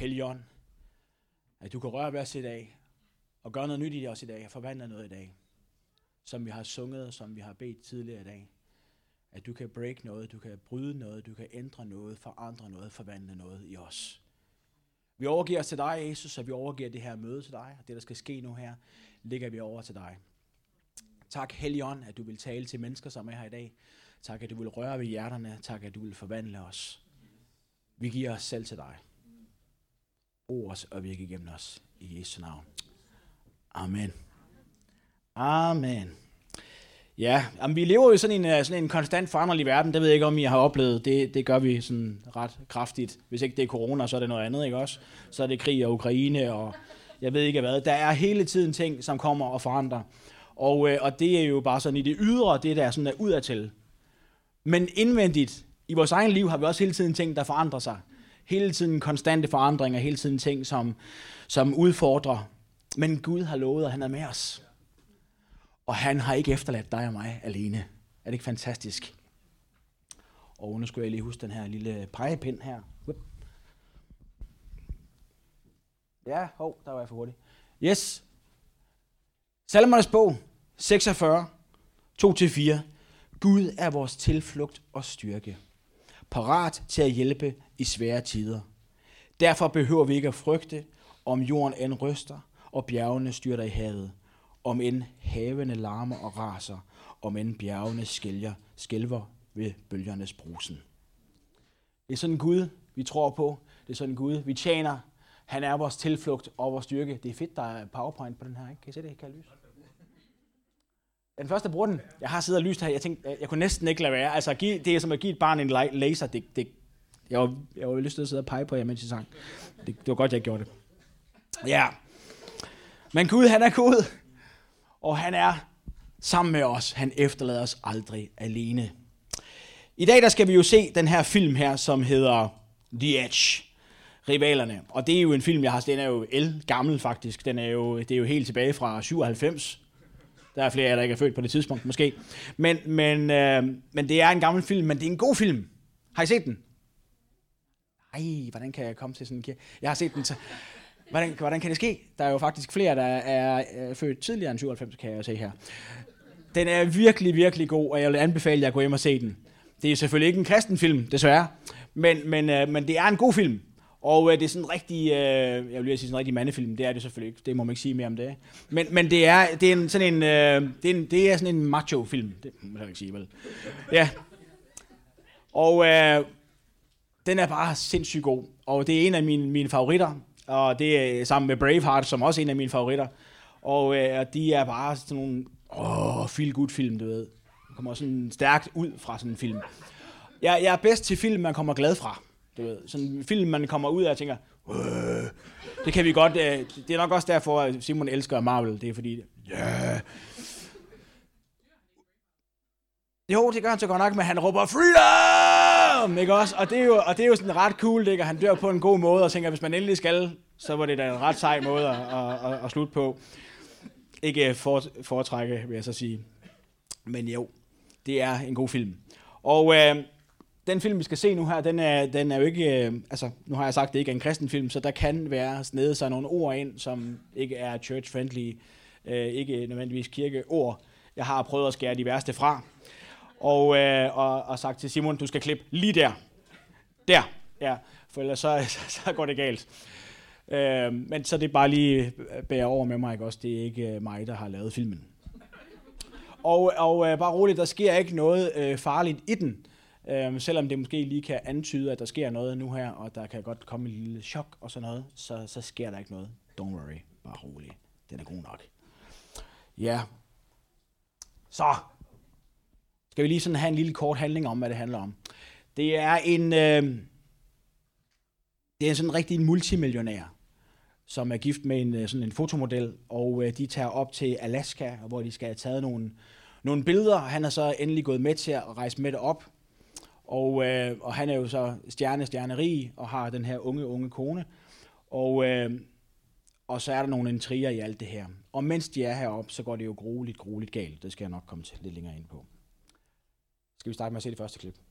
Helligånd, at du kan røre ved os i dag, og gøre noget nyt i os i dag, og forvandle noget i dag, som vi har sunget, som vi har bedt tidligere i dag. At du kan break noget, du kan bryde noget, du kan ændre noget, forandre noget, forvandle noget i os. Vi overgiver os til dig, Jesus, og vi overgiver det her møde til dig, og det, der skal ske nu her, lægger vi over til dig. Tak, Helligånd, at du vil tale til mennesker, som er her i dag. Tak, at du vil røre ved hjerterne. Tak, at du vil forvandle os. Vi giver os selv til dig. Brug os og virke igennem os. I Jesu navn. Amen. Amen. Ja, vi lever jo i sådan en konstant foranderlig verden. Det ved jeg ikke, om I har oplevet. Det gør vi sådan ret kraftigt. Hvis ikke det er corona, så er det noget andet, ikke også? Så er det krig og Ukraine, og jeg ved ikke hvad. Der er hele tiden ting, som kommer og forandrer. Og det er jo bare sådan i det ydre, det der sådan er udadtil. Men indvendigt, i vores egen liv, har vi også hele tiden ting, der forandrer sig. Hele tiden konstante forandringer, hele tiden ting, som udfordrer. Men Gud har lovet, at han er med os. Og han har ikke efterladt dig og mig alene. Er det ikke fantastisk? Og nu skulle jeg lige huske den her lille pegepind her. Ja, der var jeg for hurtig. Yes. Salmernes bog, 46, 2-4. Gud er vores tilflugt og styrke. Parat til at hjælpe i svære tider. Derfor behøver vi ikke at frygte, om jorden end ryster, og bjergene styrter i havet. Om end havene larmer og raser, om end bjergene skælver ved bølgernes brusen. Det er sådan en Gud, vi tror på. Det er sådan en Gud, vi tjener. Han er vores tilflugt og vores styrke. Det er fedt, der er PowerPoint på den her, ikke? Kan I se det? Kan jeg lyse? Den første bruger den. Jeg har siddet og lyst her. Jeg tænkte, jeg kunne næsten ikke lade være. Altså, det er som at give et barn en laser. Jeg var lyst til at sidde og pege på jer, mens jeg sang. Det var godt, jeg gjorde det. Ja. Men Gud, han er god. Og han er sammen med os. Han efterlader os aldrig alene. I dag der skal vi jo se den her film her, som hedder The Edge. Rivalerne. Og det er jo en film, den er jo gammel faktisk. Det er jo helt tilbage fra 97. Der er flere af jer, der ikke er født på det tidspunkt, måske. Men det er en gammel film, men det er en god film. Har I set den? Ej, hvordan kan jeg komme til sådan en kirke? Jeg har set den. Hvordan kan det ske? Der er jo faktisk flere, der er født tidligere end 97, kan jeg se her. Den er virkelig, virkelig god, og jeg vil anbefale jer at gå hjem og se den. Det er selvfølgelig ikke en kristen film, desværre. Men det er en god film. Og det er sådan en rigtig, jeg vil lige sige sådan en rigtig mandefilm, det er det selvfølgelig ikke, det må man ikke sige mere om det. Men det er sådan en macho-film, det må jeg ikke sige vel. Ja. Og den er bare sindssygt god, og det er en af mine favoritter, og det er sammen med Braveheart, som også er en af mine favoritter. Og de er bare sådan nogle feel-good-film, du ved. Man kommer sådan stærkt ud fra sådan en film. Jeg er bedst til film, man kommer glad fra. Du ved, sådan en film, man kommer ud af og tænker, det kan vi godt, det er nok også derfor, at Simon elsker Marvel, det er fordi, jo, det gør han så godt nok, men han råber, freedom, ikke også? Og det er jo sådan ret cool, ikke? Og han dør på en god måde, og tænker, hvis man endelig skal, så var det da en ret sej måde at slutte på. Ikke foretrække, vil jeg så sige. Men jo, det er en god film. Og den film, vi skal se nu her, den er jo ikke, nu har jeg sagt, det ikke er en kristen film, så der kan være snedet sig nogle ord ind, som ikke er church-friendly, ikke nødvendigvis kirkeord. Jeg har prøvet at skære de værste fra, og sagt til Simon, du skal klippe lige der, ja, for ellers så går det galt. Men så det er bare lige bære over med mig, ikke også? Det er ikke mig, der har lavet filmen. Og bare roligt, der sker ikke noget farligt i den. Selvom det måske lige kan antyde, at der sker noget nu her, og der kan godt komme et lille chok og sådan noget, så sker der ikke noget. Don't worry, bare rolig. Den er god nok. Ja. Så skal vi lige sådan have en lille kort handling om, hvad det handler om. Det er sådan en rigtig multimillionær, som er gift med sådan en fotomodel, og de tager op til Alaska, hvor de skal have taget nogle billeder. Han er så endelig gået med til at rejse med det op. Og han er jo så stjernerig og har den her unge kone. Og så er der nogle intriger i alt det her. Og mens de er heroppe, så går det jo grueligt galt. Det skal jeg nok komme til lidt længere ind på. Skal vi starte med at se det første klip?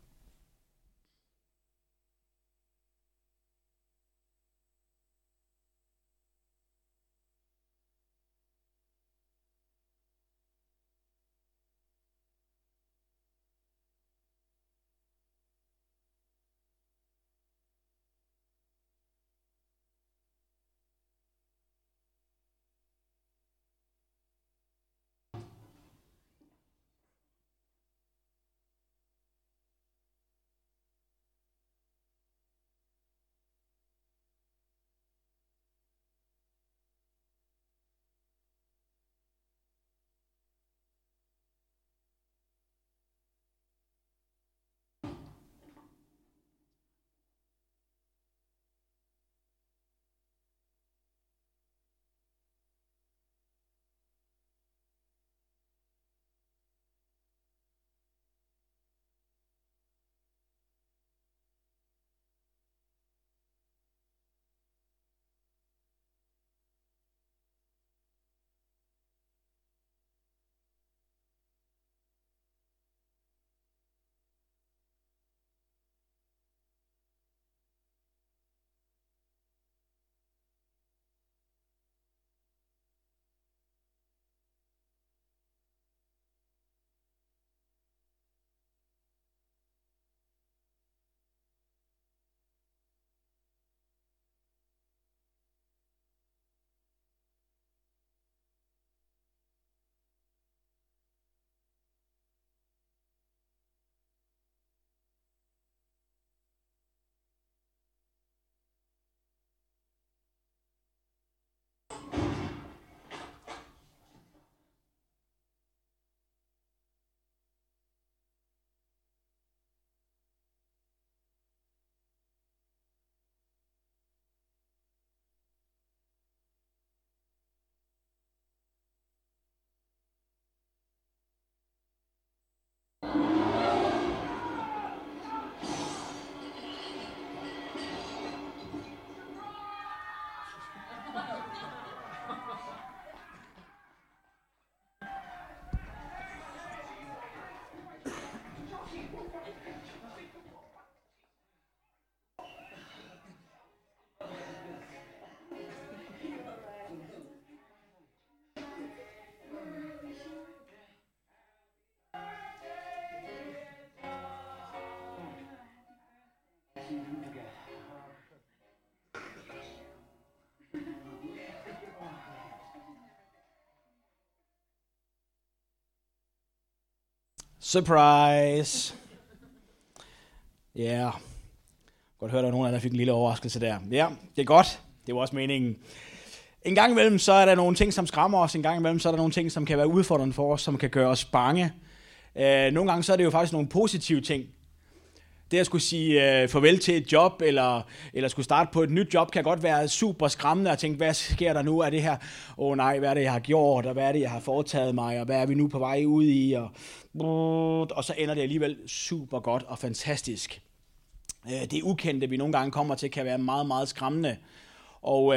Surprise! Ja, yeah. Godt høre, der var nogen af jer, der fik en lille overraskelse der. Ja, det er godt. Det var også meningen. En gang imellem, så er der nogle ting, som skræmmer os. En gang imellem, så er der nogle ting, som kan være udfordrende for os, som kan gøre os bange. Nogle gange, så er det jo faktisk nogle positive ting. Det at skulle sige farvel til et job, eller skulle starte på et nyt job, kan godt være super skræmmende at tænke, hvad sker der nu af det her? Nej, hvad er det, jeg har gjort, og hvad er det, jeg har foretaget mig, og hvad er vi nu på vej ud i? Og så ender det alligevel super godt og fantastisk. Det ukendte, vi nogle gange kommer til, kan være meget, meget skræmmende. Og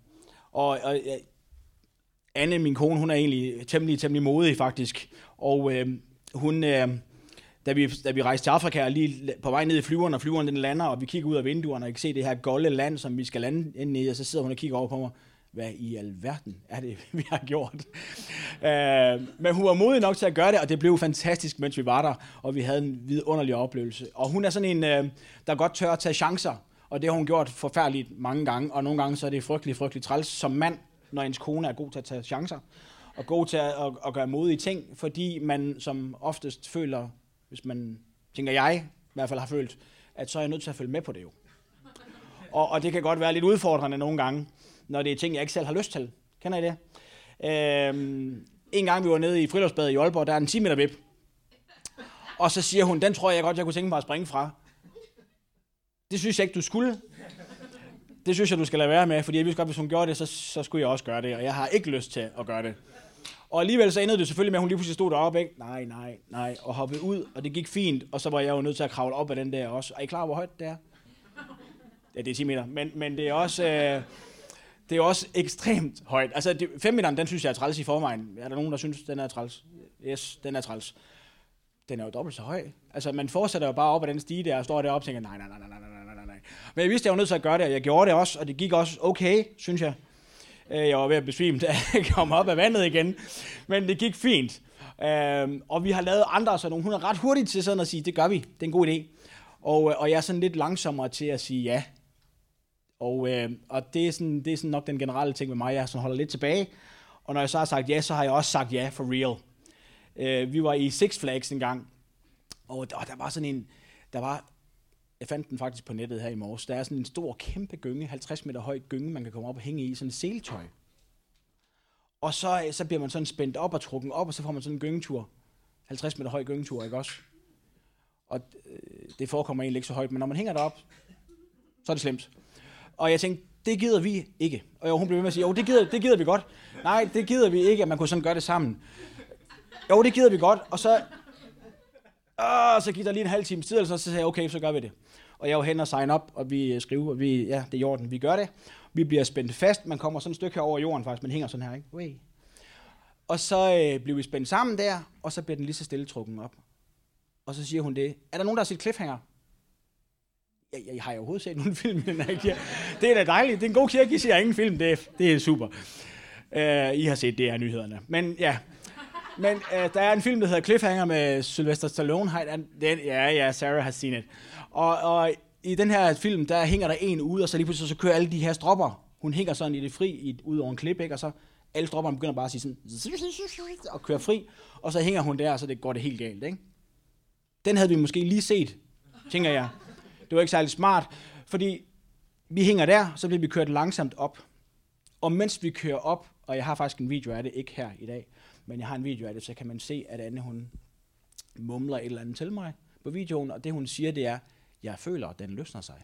Anne, min kone, hun er egentlig temmelig modig faktisk. Og hun... Da vi rejste til Afrika og lige på vej ned i flyveren, og flyveren den lander, og vi kigger ud af vinduerne, og jeg kan se det her golde land, som vi skal lande ind i, og så sidder hun og kigger over på mig. Hvad i alverden er det, vi har gjort? Men hun var modig nok til at gøre det, og det blev fantastisk, mens vi var der, og vi havde en vidunderlig oplevelse. Og hun er sådan en, der godt tør at tage chancer, og det har hun gjort forfærdeligt mange gange, og nogle gange så er det frygtelig træls som mand, når ens kone er god til at tage chancer, og god til at gøre modige ting, fordi man som oftest føler, hvis man, tænker jeg, i hvert fald har følt, at så er jeg nødt til at følge med på det jo. Og det kan godt være lidt udfordrende nogle gange, når det er ting, jeg ikke selv har lyst til. Kender I det? En gang vi var nede i friluftsbadet i Aalborg, der er en 10 meter vip. Og så siger hun, den tror jeg godt, jeg kunne tænke mig at springe fra. Det synes jeg ikke, du skulle. Det synes jeg, du skal lade være med, fordi jeg vidste godt, hvis hun gjorde det, så skulle jeg også gøre det, og jeg har ikke lyst til at gøre det. Og alligevel så endte det selvfølgelig med, at hun lige pludselig stod deroppe, ikke? Nej, og hoppede ud, og det gik fint, og så var jeg jo nødt til at kravle op af den der også. Er I klar, hvor højt det er? Ja, det er 10 meter, men det er også, det er også ekstremt højt. Altså 5 meter, den synes jeg er træls i forvejen. Er der nogen, der synes, den er træls? Yes, den er træls. Den er jo dobbelt så høj. Altså man fortsætter jo bare op ad den stige der, og står deroppe og tænker, nej. Men jeg vidste, jeg var nødt til at gøre det, og jeg gjorde det også, og det gik også okay, synes jeg. Jeg var ved at besvime, da jeg kom op af vandet igen. Men det gik fint. Og vi har lavet andre sådan nogle. Hun er ret hurtigt til sådan at sige, det gør vi. Det er en god idé. Og jeg er sådan lidt langsommere til at sige ja. Og det er sådan nok den generelle ting med mig. Jeg sådan holder lidt tilbage. Og når jeg så har sagt ja, så har jeg også sagt ja for real. Vi var i Six Flags en gang. Og der var sådan en... Jeg fandt den faktisk på nettet her i morges. Der er sådan en stor, kæmpe gynge, 50 meter høj gynge, man kan komme op og hænge i, sådan en seletøj. Og så bliver man sådan spændt op og trukken op, og så får man sådan en gyngetur. 50 meter høj gyngetur, ikke også? Og det forekommer egentlig ikke så højt, men når man hænger derop, så er det slemt. Og jeg tænkte, det gider vi ikke. Og hun blev ved med at sige, jo, det gider vi godt. Nej, det gider vi ikke, at man kunne sådan gøre det sammen. Jo, det gider vi godt. Og så gik der lige en halv time tid, og så sagde jeg, okay, så gør vi det. Og jeg var hen og sign op, og vi skriver, det er i orden, vi gør det. Vi bliver spændt fast, man kommer sådan et stykke her over jorden faktisk, man hænger sådan her, ikke? Way. Og så bliver vi spændt sammen der, og så bliver den lige så stille trukken op. Og så siger hun det, er der nogen, der har set Cliffhanger? Jeg har overhovedet set nogen film i den her kirke. Det er da dejligt, det er en god kirke, I siger ingen film, det er super. I har set det her nyhederne, men ja. Men der er en film, der hedder Cliffhanger med Sylvester Stallone. Ja, Sarah has seen it. Og i den her film, der hænger der en ude, og så lige pludselig så kører alle de her stropper. Hun hænger sådan i det fri, ud over en klip, ikke? Og så alle stropperne begynder bare at sige sådan, og køre fri, og så hænger hun der, og så går det helt galt, ikke? Den havde vi måske lige set, tænker jeg. Det var ikke særlig smart, fordi vi hænger der, så bliver vi kørt langsomt op. Og mens vi kører op, og jeg har faktisk en video af det, ikke her i dag, men jeg har en video af det, så kan man se, at Anne, hun mumler et eller andet til mig på videoen, og det hun siger, det er, jeg føler, at den løsner sig.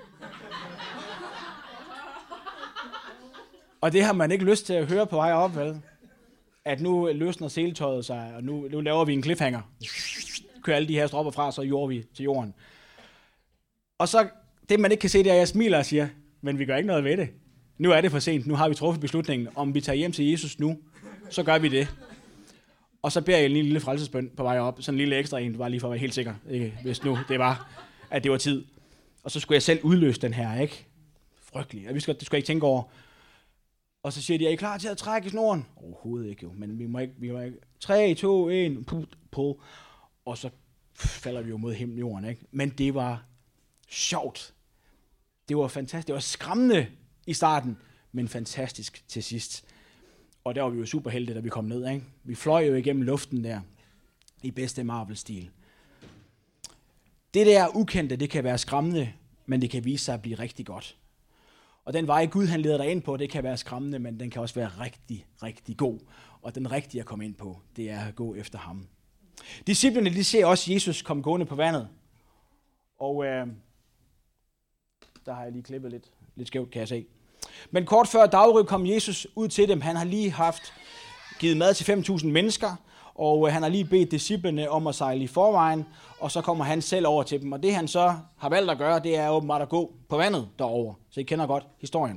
Og det har man ikke lyst til at høre på vej op, vel? At nu løsner seletøjet sig, og nu laver vi en cliffhanger. Kører alle de her stropper fra, så jord vi til jorden. Og så, det man ikke kan se, det er, at jeg smiler og siger, men vi gør ikke noget ved det. Nu er det for sent, nu har vi truffet beslutningen, om vi tager hjem til Jesus nu, så gør vi det. Og så beder jeg en lille frelsesbøn på vej op, sådan en lille ekstra en, bare lige for at være helt sikker, ikke? Hvis nu det var, at det var tid. Og så skulle jeg selv udløse den her, ikke? Frygtelig. Jeg vidste godt, det skulle jeg ikke tænke over. Og så siger de, er I klar til at trække snoren? Overhovedet ikke jo, men vi må ikke. 3, 2, 1, pull. Og så falder vi jo mod himlen jorden, ikke? Men det var sjovt. Det var fantastisk. Det var skræmmende i starten, men fantastisk til sidst. Og der var vi jo super heldige, da vi kom ned, ikke? Vi fløj jo igennem luften der. i bedste Marvel-stil. Det der ukendte, det kan være skræmmende, men det kan vise sig at blive rigtig godt. Og den vej Gud han leder dig ind på, det kan være skræmmende, men den kan også være rigtig, rigtig god. Og den rigtige at komme ind på, det er at gå efter ham. Disciplene, de ser også Jesus komme gående på vandet. Og der har jeg lige klippet lidt skævt, kan jeg se. Men kort før daggry kom Jesus ud til dem. Han har lige givet mad til 5.000 mennesker, og han har lige bedt disciplene om at sejle i forvejen, og så kommer han selv over til dem. Og det han så har valgt at gøre, det er åbenbart at gå på vandet derover. Så I kender godt historien.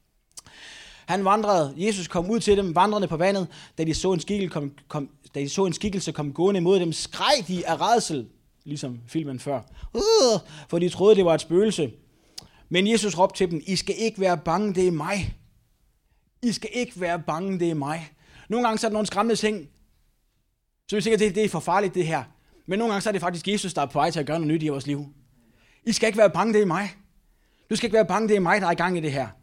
Jesus kom ud til dem, vandrende på vandet, da de så en skikkelse komme gående imod dem, skreg de af rædsel, ligesom filmen før, for de troede, det var et spøgelse. Men Jesus råbte til dem, I skal ikke være bange, det er mig. I skal ikke være bange, det er mig. Nogle gange så er der nogle skræmmende ting, så vi tænker, det er for farligt det her. Men nogle gange så er det faktisk Jesus, der er på vej til at gøre noget nyt i vores liv. I skal ikke være bange, det er mig. Du skal ikke være bange, det er mig, der er i gang i det her.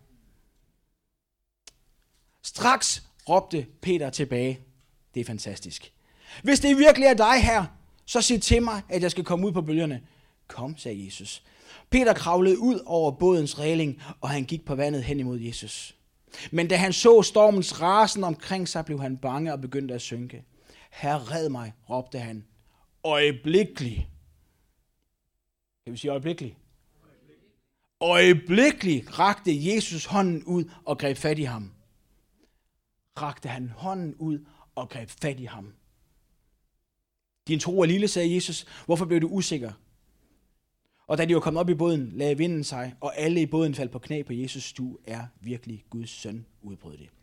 Straks råbte Peter tilbage. Det er fantastisk. Hvis det virkelig er dig her, så sig til mig, at jeg skal komme ud på bølgerne. Kom, sagde Jesus. Peter kravlede ud over bådens ræling, og han gik på vandet hen imod Jesus. Men da han så stormens rasen omkring sig, blev han bange og begyndte at synke. Herre, red mig, råbte han. Øjeblikkelig. Kan vi sige øjeblikkelig? Øjeblikkelig rakte Jesus hånden ud og greb fat i ham. Rakte han hånden ud og greb fat i ham. Din tro er lille, sagde Jesus. Hvorfor blev du usikker? Og da de var kommet op i båden, lagde vinden sig, og alle i båden faldt på knæ på Jesus. Du er virkelig Guds søn, udbrød det.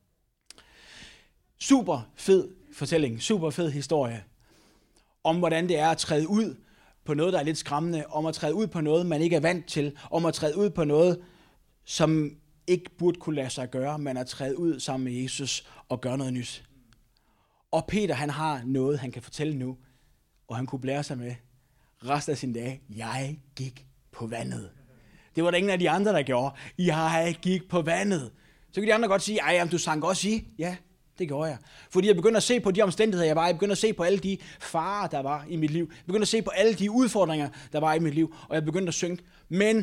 Super fed fortælling, super fed historie om, hvordan det er at træde ud på noget, der er lidt skræmmende, om at træde ud på noget, man ikke er vant til, om at træde ud på noget, som ikke burde kunne lade sig gøre, men at træde ud sammen med Jesus og gøre noget nyt. Og Peter, han har noget, han kan fortælle nu, og han kunne blære sig med resten af sin dag. Jeg gik på vandet. Det var der ingen af de andre, der gjorde. Jeg gik på vandet. Så kan de andre godt sige, ej, du sank også i. Ja, det gjorde jeg. Fordi jeg begyndte at se på de omstændigheder, jeg var i. Jeg begyndte at se på alle de farer, der var i mit liv. Jeg begyndte at se på alle de udfordringer, der var i mit liv. Og jeg begyndte at synke. Men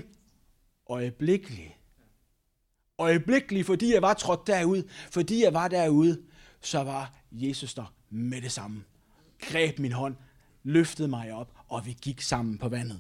øjeblikkeligt, fordi jeg var trådt derud, fordi jeg var derude, så var Jesus der med det samme. Greb min hånd, løftede mig op, og vi gik sammen på vandet.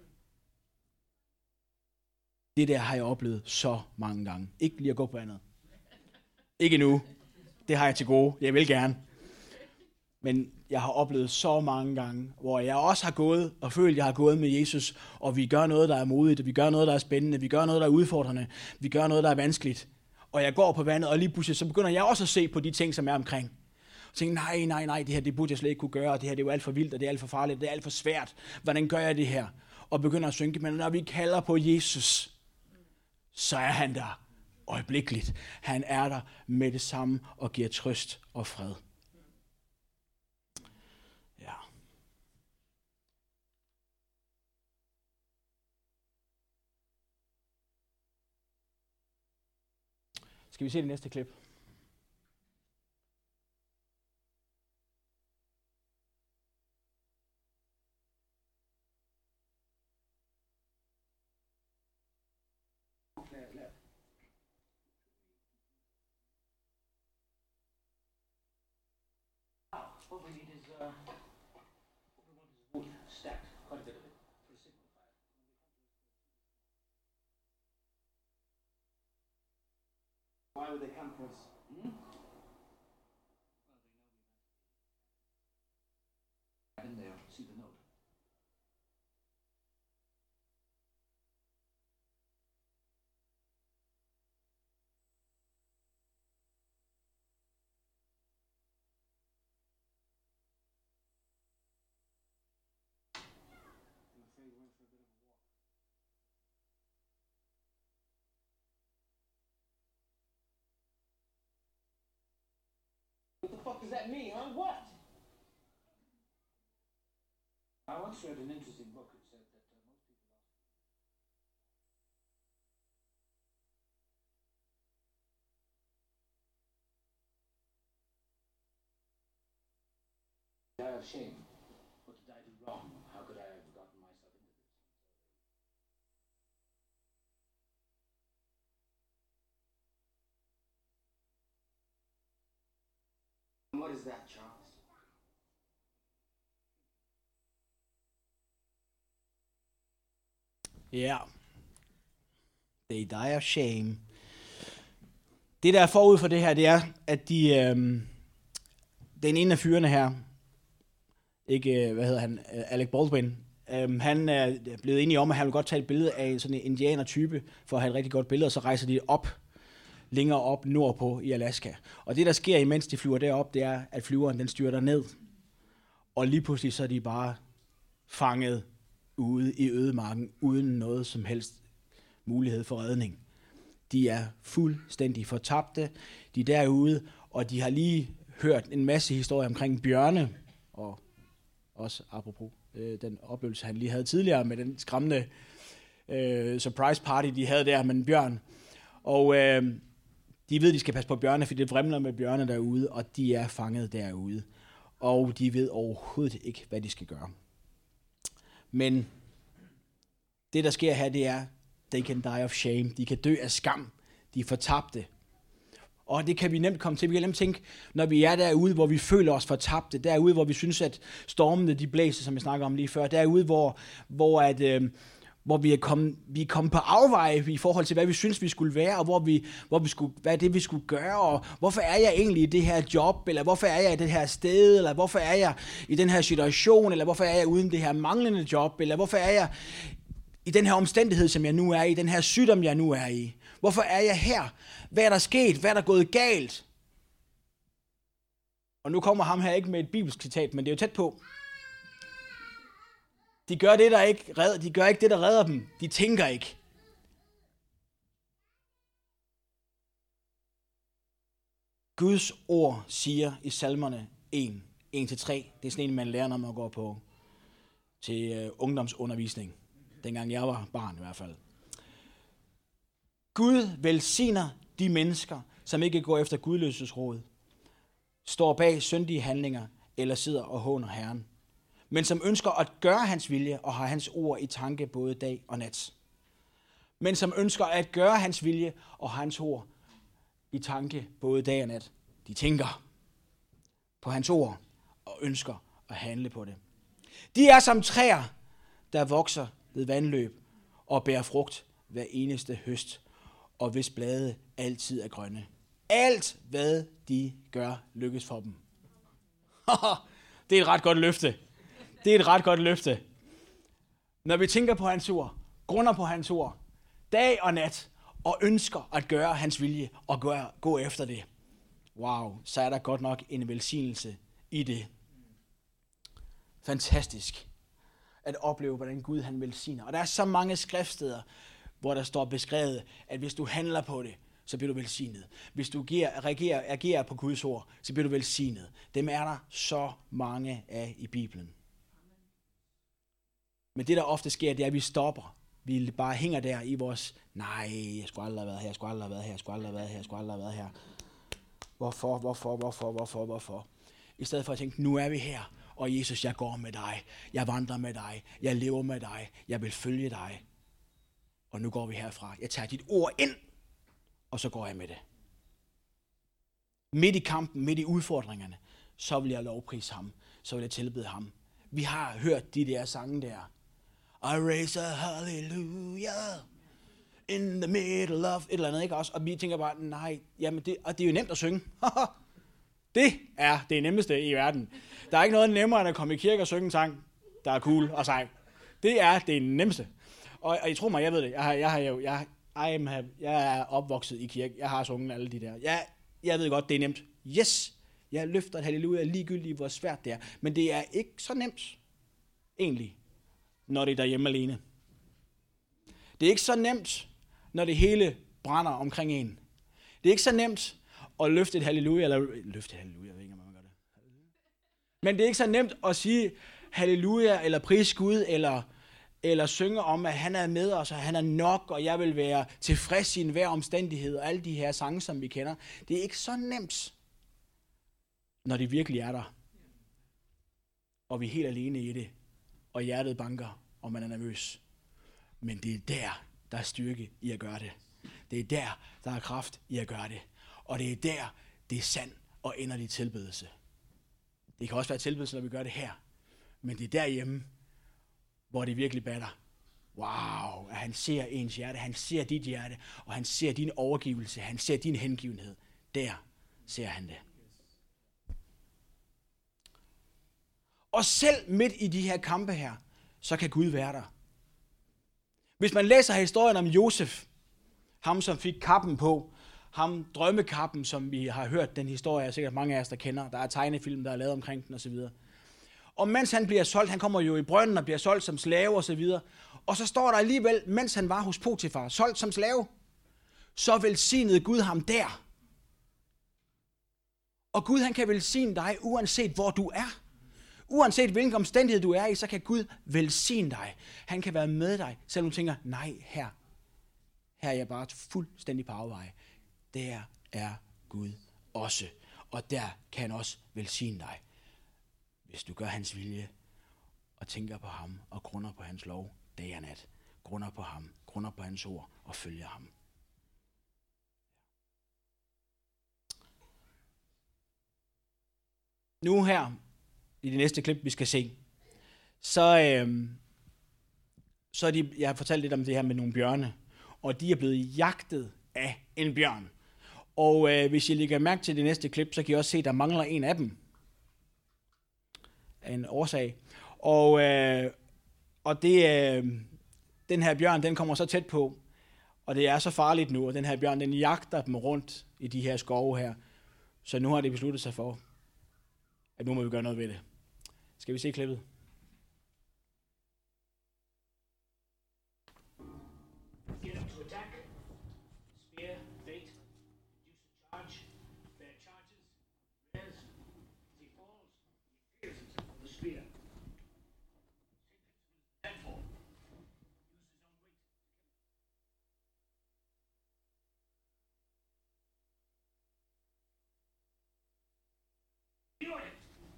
Det der har jeg oplevet så mange gange. Ikke lige at gå på vandet. Ikke nu. Det har jeg til gode. Jeg vil gerne. Men jeg har oplevet så mange gange, hvor jeg også har gået og følt, at jeg har gået med Jesus, og vi gør noget, der er modigt, og vi gør noget, der er spændende, vi gør noget, der er udfordrende, vi gør noget, der er vanskeligt. Og jeg går på vandet, og lige pludselig så begynder jeg også at se på de ting, som er omkring. Og tænker, nej, det her, det burde jeg slet ikke kunne gøre, og det her, det er jo alt for vildt, og det er alt for farligt, det er alt for svært. Hvordan gør jeg det her? Og begynder at synke, men når vi kalder på Jesus, så er han der øjeblikkeligt. Han er der med det samme og giver trøst og fred. Ja. Skal vi se det næste klip? Hopefully it is wood stacked quite a bit of it for a simplifier. Why would they come for us? In there, see the note. What the fuck does that mean, huh? What? I once read an interesting book that said that most people die of shame, or did I do wrong? How could I have gotten myself into this? What is that, Charles? Ja. They die of shame. Det, der er forud for det her, det er, at den ene af fyrene her, ikke, Alec Baldwin, han er blevet enige om, at han vil godt tage et billede af sådan en indianer-type, for at have et rigtig godt billede, og så rejser de op, længere op nordpå i Alaska. Og det, der sker, imens de flyver derop, det er, at flyveren den styrter ned, og lige pludselig så er de bare fanget ude i ødemarken, uden noget som helst mulighed for redning. De er fuldstændig fortabte, de er derude, og de har lige hørt en masse historier omkring bjørne, og også apropos den oplevelse, han lige havde tidligere med den skræmmende surprise party, de havde der med en bjørn. Og de ved, de skal passe på bjørne, fordi det vrimler med bjørne derude, og de er fanget derude. Og de ved overhovedet ikke, hvad de skal gøre. Men det, der sker her, det er, they can die of shame. De kan dø af skam. De er fortabte. Og det kan vi nemt komme til. Vi kan nemt tænke, når vi er derude, hvor vi føler os fortabte, derude, hvor vi synes, at stormene de blæser, som jeg snakker om lige før, derude, hvor vi er kommet på afveje i forhold til, hvad vi synes, vi skulle være, og hvad er det, vi skulle gøre, og hvorfor er jeg egentlig i det her job, eller hvorfor er jeg i det her sted, eller hvorfor er jeg i den her situation, eller hvorfor er jeg uden det her manglende job, eller hvorfor er jeg i den her omstændighed, som jeg nu er i, den her sygdom, jeg nu er i. Hvorfor er jeg her? Hvad er der sket? Hvad er der gået galt? Og nu kommer ham her ikke med et bibelsk citat, men det er jo tæt på. De gør ikke det, der redder dem. De tænker ikke. Guds ord siger i salmerne 1, 1-3. Det er sådan en, man lærer, når man går på til ungdomsundervisning. Dengang jeg var barn i hvert fald. Gud velsigner de mennesker, som ikke går efter gudløshedsråd, står bag syndige handlinger eller sidder og håner Herren, men som ønsker at gøre hans vilje og har hans ord i tanke både dag og nat. Men som ønsker at gøre hans vilje og har hans ord i tanke både dag og nat. De tænker på hans ord og ønsker at handle på det. De er som træer, der vokser ved vandløb og bærer frugt hver eneste høst, og hvis blade altid er grønne. Alt, hvad de gør, lykkes for dem. Det er et ret godt løfte. Det er et ret godt løfte. Når vi tænker på hans ord, grunder på hans ord, dag og nat, og ønsker at gøre hans vilje og gå efter det. Wow, så er der godt nok en velsignelse i det. Fantastisk at opleve, hvordan Gud han velsigner. Og der er så mange skriftsteder, hvor der står beskrevet, at hvis du handler på det, så bliver du velsignet. Hvis du agerer på Guds ord, så bliver du velsignet. Dem er der så mange af i Bibelen. Men det, der ofte sker, det er, at vi stopper. Vi bare hænger der i vores, nej, jeg skulle aldrig have været her, jeg skulle aldrig have været her, jeg skulle aldrig have været her, jeg skulle aldrig have været her. Hvorfor? I stedet for at tænke, nu er vi her, og Jesus, jeg går med dig, jeg vandrer med dig, jeg lever med dig, jeg vil følge dig. Og nu går vi herfra. Jeg tager dit ord ind, og så går jeg med det. Midt i kampen, midt i udfordringerne, så vil jeg lovprise ham, så vil jeg tilbede ham. Vi har hørt de der sange der. I raise a hallelujah in the middle of et eller andet, ikke også? Og vi tænker bare, nej, jamen det er jo nemt at synge. Det er det nemmeste i verden. Der er ikke noget nemmere, end at komme i kirke og synge en sang, der er cool og sej. Det er det nemmeste. Og I tror mig, jeg ved det. Jeg er opvokset i kirke. Jeg har sunget alle de der. Jeg ved godt, det er nemt. Yes, jeg løfter et halleluja ligegyldigt, hvor svært det er. Men det er ikke så nemt, egentlig, når det er derhjemme alene. Det er ikke så nemt, når det hele brænder omkring en. Det er ikke så nemt at løfte et halleluja, jeg ved ikke, om man gør det. Men det er ikke så nemt at sige halleluja, eller prise Gud, eller synge om, at han er med os, og han er nok, og jeg vil være tilfreds i enhver omstændighed, og alle de her sange, som vi kender. Det er ikke så nemt, når det virkelig er der. og vi er helt alene i det, og hjertet banker, og man er nervøs. Men det er der er styrke i at gøre det. Det er der er kraft i at gøre det. Og det er det er sand og inderlig tilbedelse. Det kan også være tilbedelse, når vi gør det her. Men det er derhjemme, hvor det virkelig batter. Wow, at han ser ens hjerte, han ser dit hjerte, og han ser din overgivelse, han ser din hengivenhed. Der ser han det. Og selv midt i de her kampe her, så kan Gud være der. Hvis man læser historien om Josef, ham som fik kappen på, ham drømmekappen, som vi har hørt den historie, sikkert mange af os, der kender. Der er tegnefilm, der er lavet omkring den osv. Og mens han bliver solgt, han kommer jo i brønden og bliver solgt som slave osv. Og så står der alligevel, mens han var hos Potifar, solgt som slave, så velsignede Gud ham der. Og Gud, han kan velsigne dig, uanset hvor du er. Uanset hvilken omstændighed du er i, så kan Gud velsigne dig. Han kan være med dig, selvom du tænker, nej, her er jeg bare fuldstændig på afveje. Der er Gud også. Og der kan han også velsigne dig, hvis du gør hans vilje og tænker på ham og grunder på hans lov dag og nat. Grunder på ham, grunder på hans ord og følger ham. Nu her, i det næste klip, vi skal se, så er jeg har fortalt lidt om det her med nogle bjørne, og de er blevet jagtet af en bjørn. Og hvis I lægger mærke til det næste klip, så kan I også se, at der mangler en af dem. Af en årsag. Og den her bjørn, den kommer så tæt på, og det er så farligt nu, og den her bjørn, den jagter dem rundt i de her skove her. Så nu har det besluttet sig for, at nu må vi gøre noget ved det. Skal vi se klippet? Get him to attack. Spear, bait, use a charge, fair charges, res. As he falls, he fears himself with the spear. Deadfall. Use his own weight. Kill him.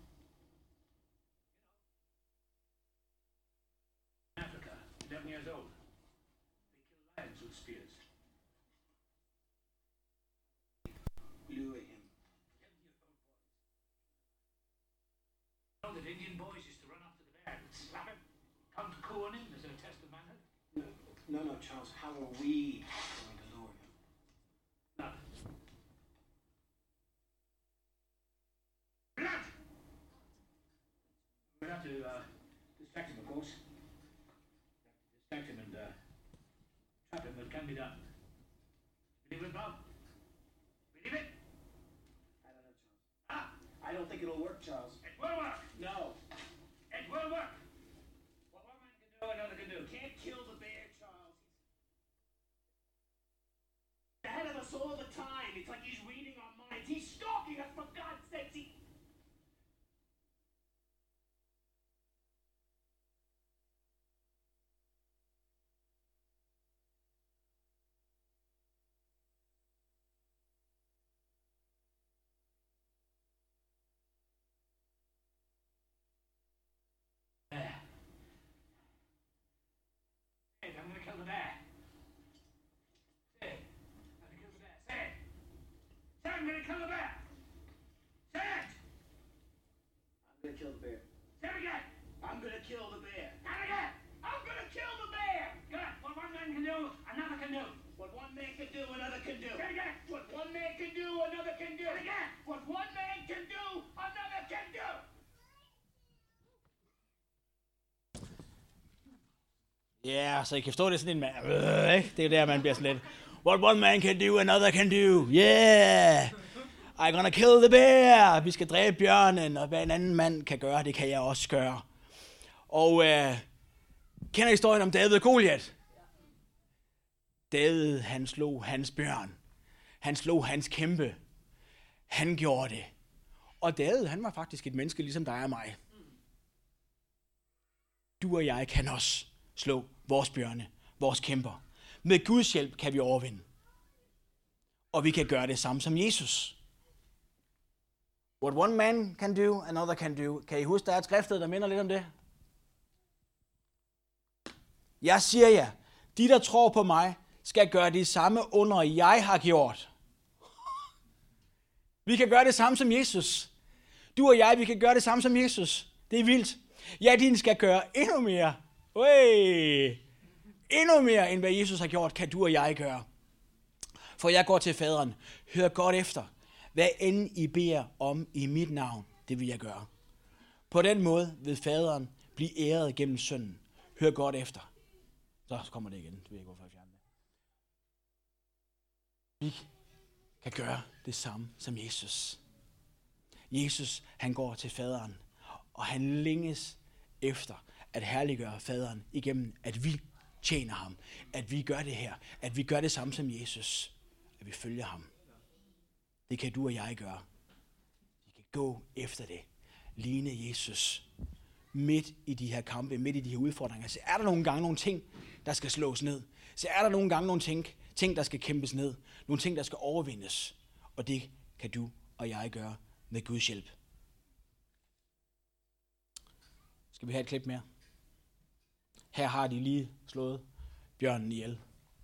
Africa, 11 years old. They kill lions with spears. Lure him. Know that Indian boys used to run up to the bear and slap him, come to coo on him as a test of manhood? No, Charles. How are we going to lure him? Blood. Blood! We'll have to distract him, of course. Distract him and trap him, but it can be done. Believe it, Bob? Believe it? I don't know, Charles. Ah! I don't think it'll work, Charles. It will work! No. It will work! What one man can do, another can do. Can't kill the bear, Charles. He's ahead of us all the time. It's like he's reading our minds. He's stalking us, for God's sake. Bear. Hey, I'm gonna kill the bear. Say it. I'm gonna kill the bear. Say it. Say I'm gonna kill the bear. Say it. I'm gonna kill the bear. Say it again. I'm gonna kill the bear. And again. I'm gonna kill the bear. Good. What one man can do, another can do. What one man can do, another can do. Say it again. What one man can do, another can do. Say it again. What one man can do, another can do. Ja, så I kan forstå det sådan en mand. Ikke? Det er der, man bliver sådan lidt. What one man can do, another can do. Yeah! I'm gonna kill the bear. Vi skal dræbe bjørnen, og hvad en anden mand kan gøre, det kan jeg også gøre. Og kender historien om David og Goliat? David, han slog hans bjørn. Han slog hans kæmpe. Han gjorde det. Og David, han var faktisk et menneske ligesom dig og mig. Du og jeg kan også slå vores bjørne, vores kæmper. Med Guds hjælp kan vi overvinde. Og vi kan gøre det samme som Jesus. What one man can do, another can do. Kan I huske, der er et skriftet, der minder lidt om det? Jeg siger jer, de der tror på mig, skal gøre det samme under, jeg har gjort. Vi kan gøre det samme som Jesus. Du og jeg, vi kan gøre det samme som Jesus. Det er vildt. Ja, de skal gøre endnu mere. Endnu mere, end hvad Jesus har gjort, kan du og jeg gøre. For jeg går til faderen. Hør godt efter. Hvad end I beder om i mit navn, det vil jeg gøre. På den måde vil faderen blive æret gennem sønnen. Hør godt efter. Så kommer det igen. Det ved jeg ikke, hvorfor jeg fjerner det. Vi kan gøre det samme som Jesus. Jesus, han går til faderen, og han længes efter at herliggøre faderen igennem, at vi tjener ham, at vi gør det her, at vi gør det samme som Jesus, at vi følger ham. Det kan du og jeg gøre. Vi kan gå efter det, ligne Jesus, midt i de her kampe, midt i de her udfordringer. Så er der nogle gange nogle ting, der skal slås ned. Så er der nogle gange nogle ting, der skal kæmpes ned. Nogle ting, der skal overvindes. Og det kan du og jeg gøre med Guds hjælp. Skal vi have et klip mere? Her har de lige slået bjørnen ihjel.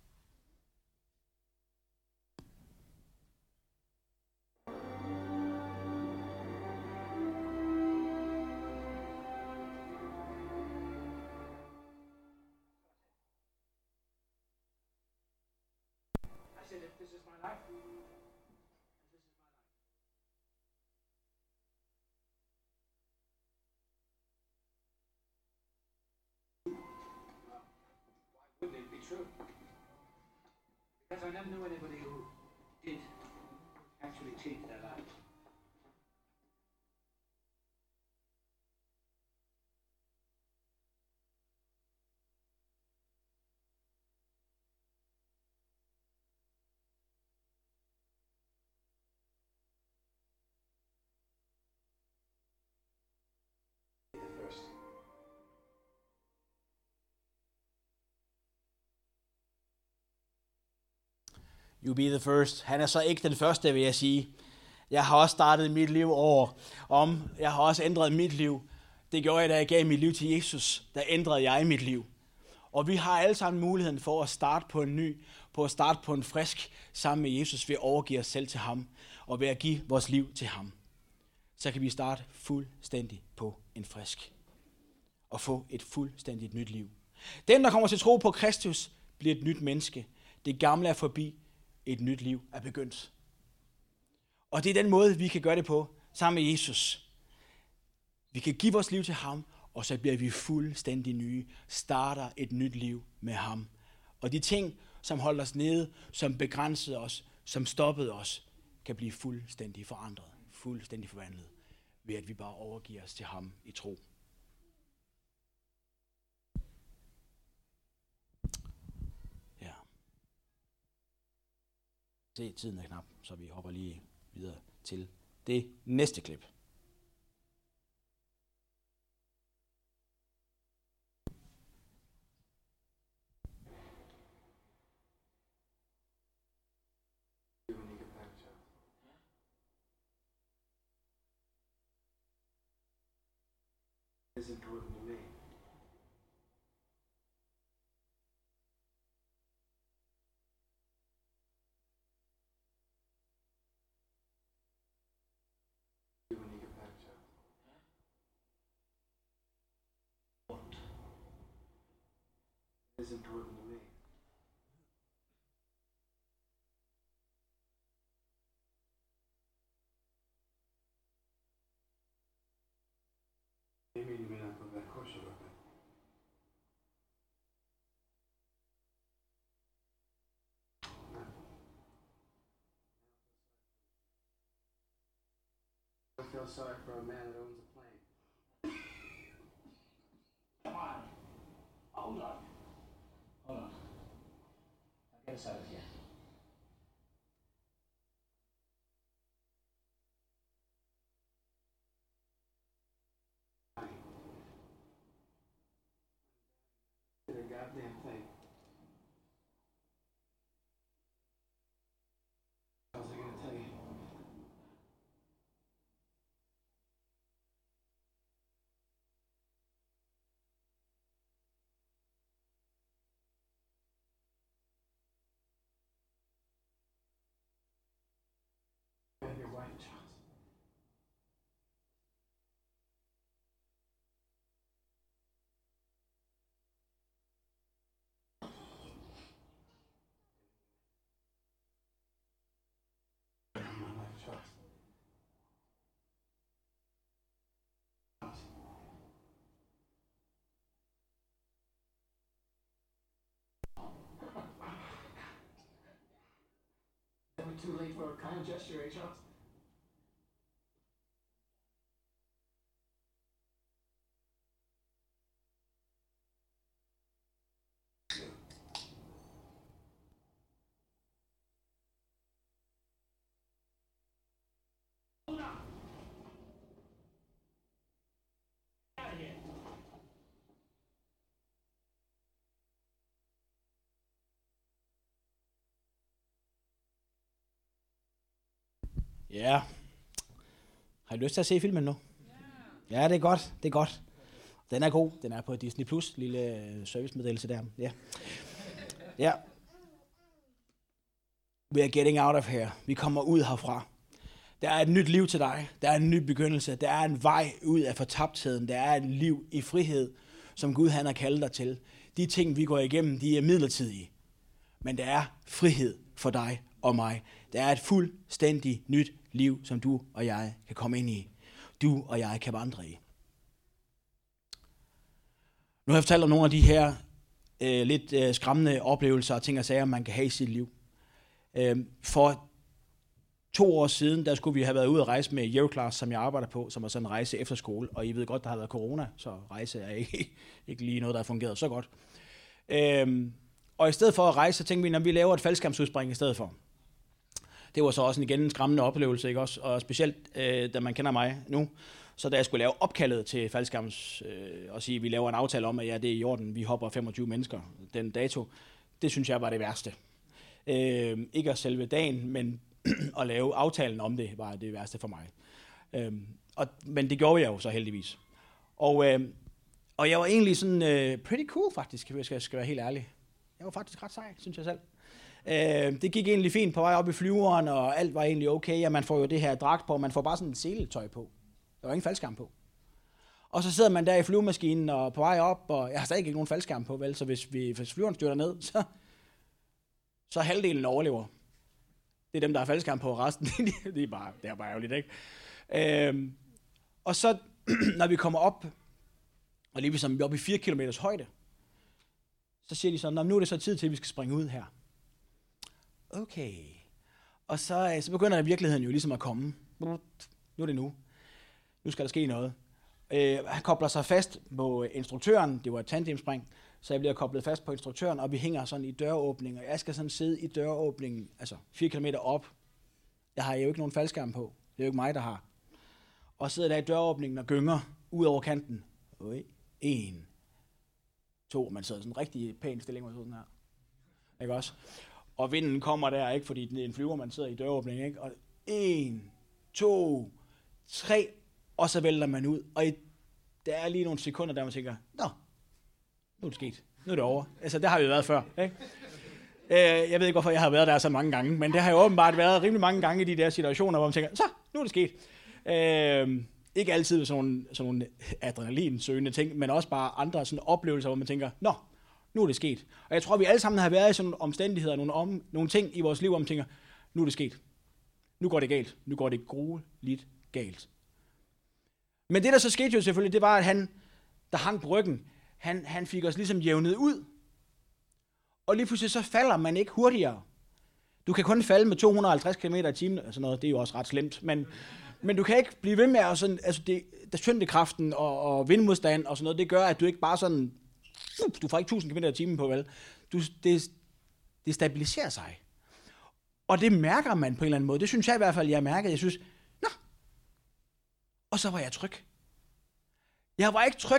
I said, if this is my life, this is my life. Why wouldn't it be true? Because I never knew anybody who did actually change their lives. The first. You be the first. Han er så ikke den første, vil jeg sige. Jeg har også startet mit liv over om. Jeg har også ændret mit liv. Det gjorde jeg, da jeg gav mit liv til Jesus. Der ændrede jeg mit liv. Og vi har alle sammen muligheden for at starte på en ny, på at starte på en frisk sammen med Jesus ved at overgive os selv til ham og ved at give vores liv til ham. Så kan vi starte fuldstændig på en frisk og få et fuldstændigt nyt liv. Den, der kommer til tro på Kristus, bliver et nyt menneske. Det gamle er forbi. Et nyt liv er begyndt. Og det er den måde, vi kan gøre det på sammen med Jesus. Vi kan give vores liv til ham, og så bliver vi fuldstændig nye. Starter et nyt liv med ham. Og de ting, som holdt os nede, som begrænsede os, som stoppede os, kan blive fuldstændig forandret. Fuldstændig forvandlet. Ved at vi bare overgiver os til ham i tro. Ja. Se, tiden er knap, så vi hopper lige videre til det næste klip. Is important to me. When you get back, Joe. What? Is important to me. You mean you may not go back? Of course you go back. I feel sorry for a man that owns a plane. Come on. Hold on. Hold on. Now get us out of here. Did a goddamn thing. What was I gonna tell you? too late for a kind gesture, eh, Charles? Hold on. Get out of here. Ja. Har I lyst til at se filmen nu? Ja, det er godt. Det er godt. Den er god. Den er på Disney+. Lille servicemeddelelse der. Ja. Ja. We are getting out of here. Vi kommer ud herfra. Der er et nyt liv til dig. Der er en ny begyndelse. Der er en vej ud af fortabtheden. Der er et liv i frihed, som Gud han har kaldt dig til. De ting, vi går igennem, de er midlertidige. Men der er frihed for dig og mig. Der er et fuldstændig nyt liv, som du og jeg kan komme ind i. Du og jeg kan vandre i. Nu har jeg fortalt om nogle af de her lidt skræmmende oplevelser og ting og sager, man kan have i sit liv. For 2 år siden, der skulle vi have været ude at rejse med Euroclass, som jeg arbejder på, som er sådan en rejse efter skole. Og I ved godt, der har været corona, så rejse er ikke lige noget, der har fungeret så godt. Og i stedet for at rejse, så tænkte vi, at vi laver et faldskærmsudspring i stedet for. Det var så også igen en skræmmende oplevelse, ikke også? Og specielt, da man kender mig nu, så da jeg skulle lave opkaldet til faldskærms, og sige, at vi laver en aftale om, at ja, det er i orden, vi hopper 25 mennesker den dato, det synes jeg var det værste. Ikke at selve dagen, men at lave aftalen om det, var det værste for mig. Men det gjorde jeg jo så heldigvis. Og jeg var egentlig sådan pretty cool faktisk, hvis jeg skal være helt ærlig. Jeg var faktisk ret sej, synes jeg selv. Det gik egentlig fint på vej op i flyveren, og alt var egentlig okay. Ja, man får jo det her dragt på, man får bare sådan en seletøj på. Der var ingen faldskærm på. Og så sidder man der i flyvemaskinen og på vej op, og jeg har stadig ikke nogen faldskærm på, vel? Så hvis flyveren styrter ned, så halvdelen overlever. Det er dem, der har faldskærm på, og resten, det er bare ærgerligt, ikke? Og så, når vi kommer op, og lige som vi er oppe i 4 kilometers højde, så siger de sådan, nu er det så tid til, at vi skal springe ud her. Okay. Og så begynder virkeligheden jo ligesom at komme. Nu er det nu. Nu skal der ske noget. Han kobler sig fast på instruktøren. Det var et tandemspring. Så jeg bliver koblet fast på instruktøren, og vi hænger sådan i døråbningen. Og jeg skal sådan sidde i døråbningen, altså 4 kilometer op. Jeg har jo ikke nogen faldskærm på. Det er jo ikke mig, der har. Og sidder der i døråbningen og gynger ud over kanten. 1, 2. Man sidder sådan en rigtig pæn stilling med sådan her. Ikke også? Og vinden kommer der, ikke, fordi det er en flyver, man sidder i døråbningen, ikke? Og 1, 2, 3, og så vælter man ud. Og der er lige nogle sekunder, der man tænker, nå, nu er det sket. Nu er det over. Altså, det har vi været før, ikke? Jeg ved ikke, hvorfor jeg har været der så mange gange, men det har jo åbenbart været rimelig mange gange i de der situationer, hvor man tænker, så, nu er det sket. Ikke altid sådan nogle adrenalinsøgende ting, men også bare andre sådan oplevelser, hvor man tænker, nå, nu er det sket. Og jeg tror, vi alle sammen har været i sådan nogle omstændigheder, nogle ting i vores liv, hvor man tænker, nu er det sket. Nu går det galt. Nu går det grueligt galt. Men det, der så skete jo selvfølgelig, det var, at han, der hang på ryggen, han fik os ligesom jævnet ud. Og lige pludselig så falder man ikke hurtigere. Du kan kun falde med 250 km i timen, altså noget, det er jo også ret slemt, men du kan ikke blive ved med at sådan, altså der tyngdekraften og vindmodstand og sådan noget, det gør, at du ikke bare sådan, du får ikke 1000 km i timen på, vel? Det stabiliserer sig. Og det mærker man på en eller anden måde. Det synes jeg i hvert fald, jeg mærker. Jeg synes, nå. Og så var jeg tryg. Jeg var ikke tryg,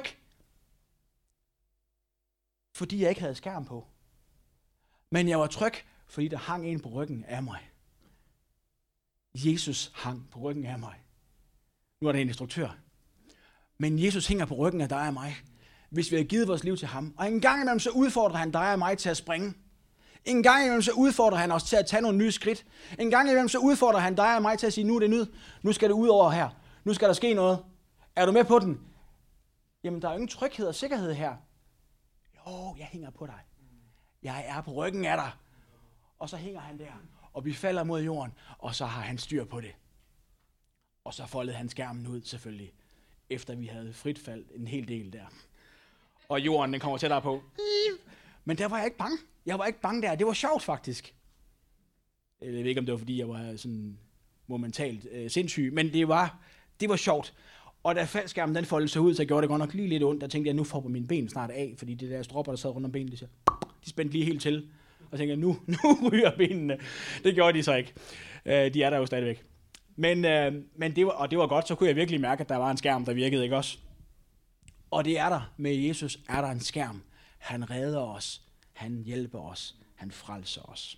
fordi jeg ikke havde skærm på. Men jeg var tryg, fordi der hang en på ryggen af mig. Jesus hang på ryggen af mig. Nu er der en instruktør. Men Jesus hænger på ryggen af dig og mig, hvis vi har givet vores liv til ham. Og en gang imellem så udfordrer han dig og mig til at springe. En gang imellem så udfordrer han os til at tage nogle nye skridt. En gang imellem så udfordrer han dig og mig til at sige, nu er det nyt. Nu skal det ud over her. Nu skal der ske noget. Er du med på den? Jamen, der er jo ingen tryghed og sikkerhed her. Jo, jeg hænger på dig. Jeg er på ryggen af dig. Og så hænger han der, og vi falder mod jorden, og så har han styr på det. Og så foldede han skærmen ud, selvfølgelig, efter vi havde frit fald en hel del der. Og jorden, den kommer tættere på. Men der var jeg ikke bange. Jeg var ikke bange der. Det var sjovt, faktisk. Jeg ved ikke, om det var, fordi jeg var sådan momentalt sindssyg, men det var sjovt. Og da faldskærmen den foldede sig ud, så gjorde det godt nok lige lidt ondt. Der tænkte jeg, nu får mine ben snart af, fordi det der stropper, der sad rundt om benene, de spændte lige helt til. Og tænkte jeg, nu ryger benene. Det gjorde de så ikke. De er der jo stadigvæk. Men det var godt, så kunne jeg virkelig mærke, at der var en skærm, der virkede, ikke også? Og det er der. Med Jesus er der en skærm. Han redder os. Han hjælper os. Han frelser os.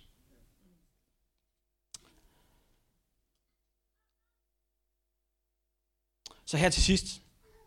Så her til sidst,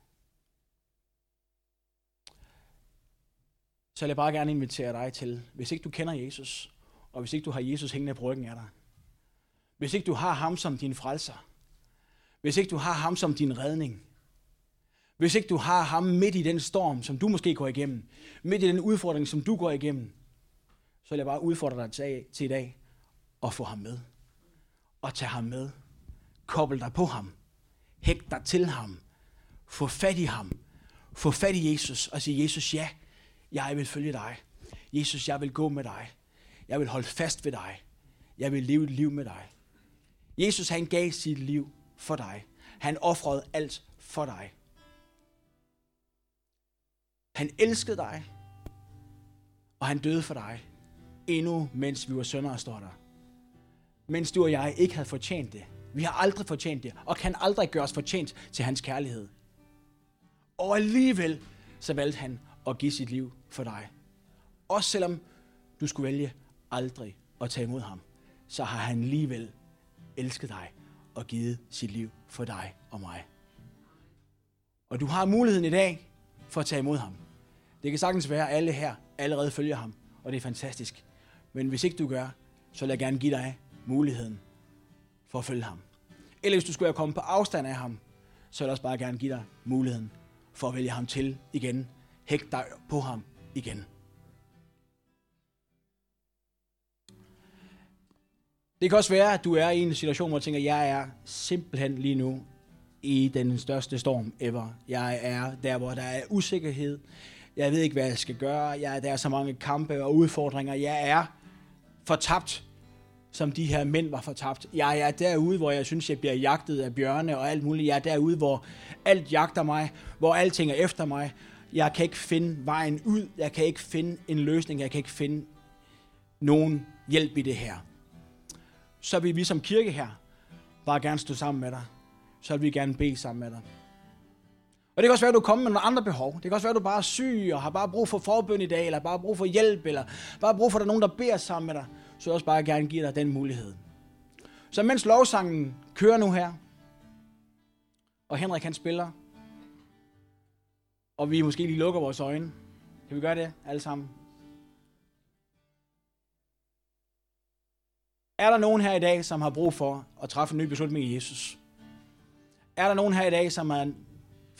så vil jeg bare gerne invitere dig til, hvis ikke du kender Jesus, og hvis ikke du har Jesus hængende på ryggen af dig, hvis ikke du har ham som din frelser, hvis ikke du har ham som din redning, hvis ikke du har ham midt i den storm, som du måske går igennem, midt i den udfordring, som du går igennem, så vil jeg bare udfordre dig til i dag at få ham med. Og tage ham med. Koble dig på ham. Hægt dig til ham. Få fat i ham. Få fat i Jesus og sige, Jesus, ja, jeg vil følge dig. Jesus, jeg vil gå med dig. Jeg vil holde fast ved dig. Jeg vil leve et liv med dig. Jesus, han gav sit liv for dig. Han ofrede alt for dig. Han elskede dig, og han døde for dig, endnu mens vi var sønner, står der. Mens du og jeg ikke havde fortjent det. Vi har aldrig fortjent det, og kan aldrig gøre os fortjent til hans kærlighed. Og alligevel, så valgte han at give sit liv for dig. Også selvom du skulle vælge aldrig at tage imod ham, så har han alligevel elsket dig og givet sit liv for dig og mig. Og du har muligheden i dag for at tage imod ham. Det kan sagtens være, at alle her allerede følger ham, og det er fantastisk. Men hvis ikke du gør, så vil jeg gerne give dig muligheden for at følge ham. Eller hvis du skulle komme på afstand af ham, så vil jeg også bare gerne give dig muligheden for at vælge ham til igen. Hægt dig på ham igen. Det kan også være, at du er i en situation, hvor du tænker, jeg er simpelthen lige nu i den største storm ever. Jeg er der, hvor der er usikkerhed. Jeg ved ikke, hvad jeg skal gøre. Der er så mange kampe og udfordringer. Jeg er fortabt, som de her mænd var fortabt. Jeg er derude, hvor jeg synes, jeg bliver jagtet af bjørne og alt muligt. Jeg er derude, hvor alt jagter mig, hvor alting er efter mig. Jeg kan ikke finde vejen ud. Jeg kan ikke finde en løsning. Jeg kan ikke finde nogen hjælp i det her. Så vil vi som kirke her bare gerne stå sammen med dig. Så vil vi gerne bede sammen med dig. Og det kan også være, at du kommer med nogle andre behov. Det kan også være, at du bare er syg og har bare brug for forbøn i dag, eller bare brug for hjælp, eller bare brug for, at der er nogen, der beder sammen med dig. Så vil jeg også bare gerne give dig den mulighed. Så mens lovsangen kører nu her, og Henrik han spiller, og vi måske lige lukker vores øjne. Kan vi gøre det alle sammen? Er der nogen her i dag, som har brug for at træffe en ny beslutning i Jesus? Er der nogen her i dag, som har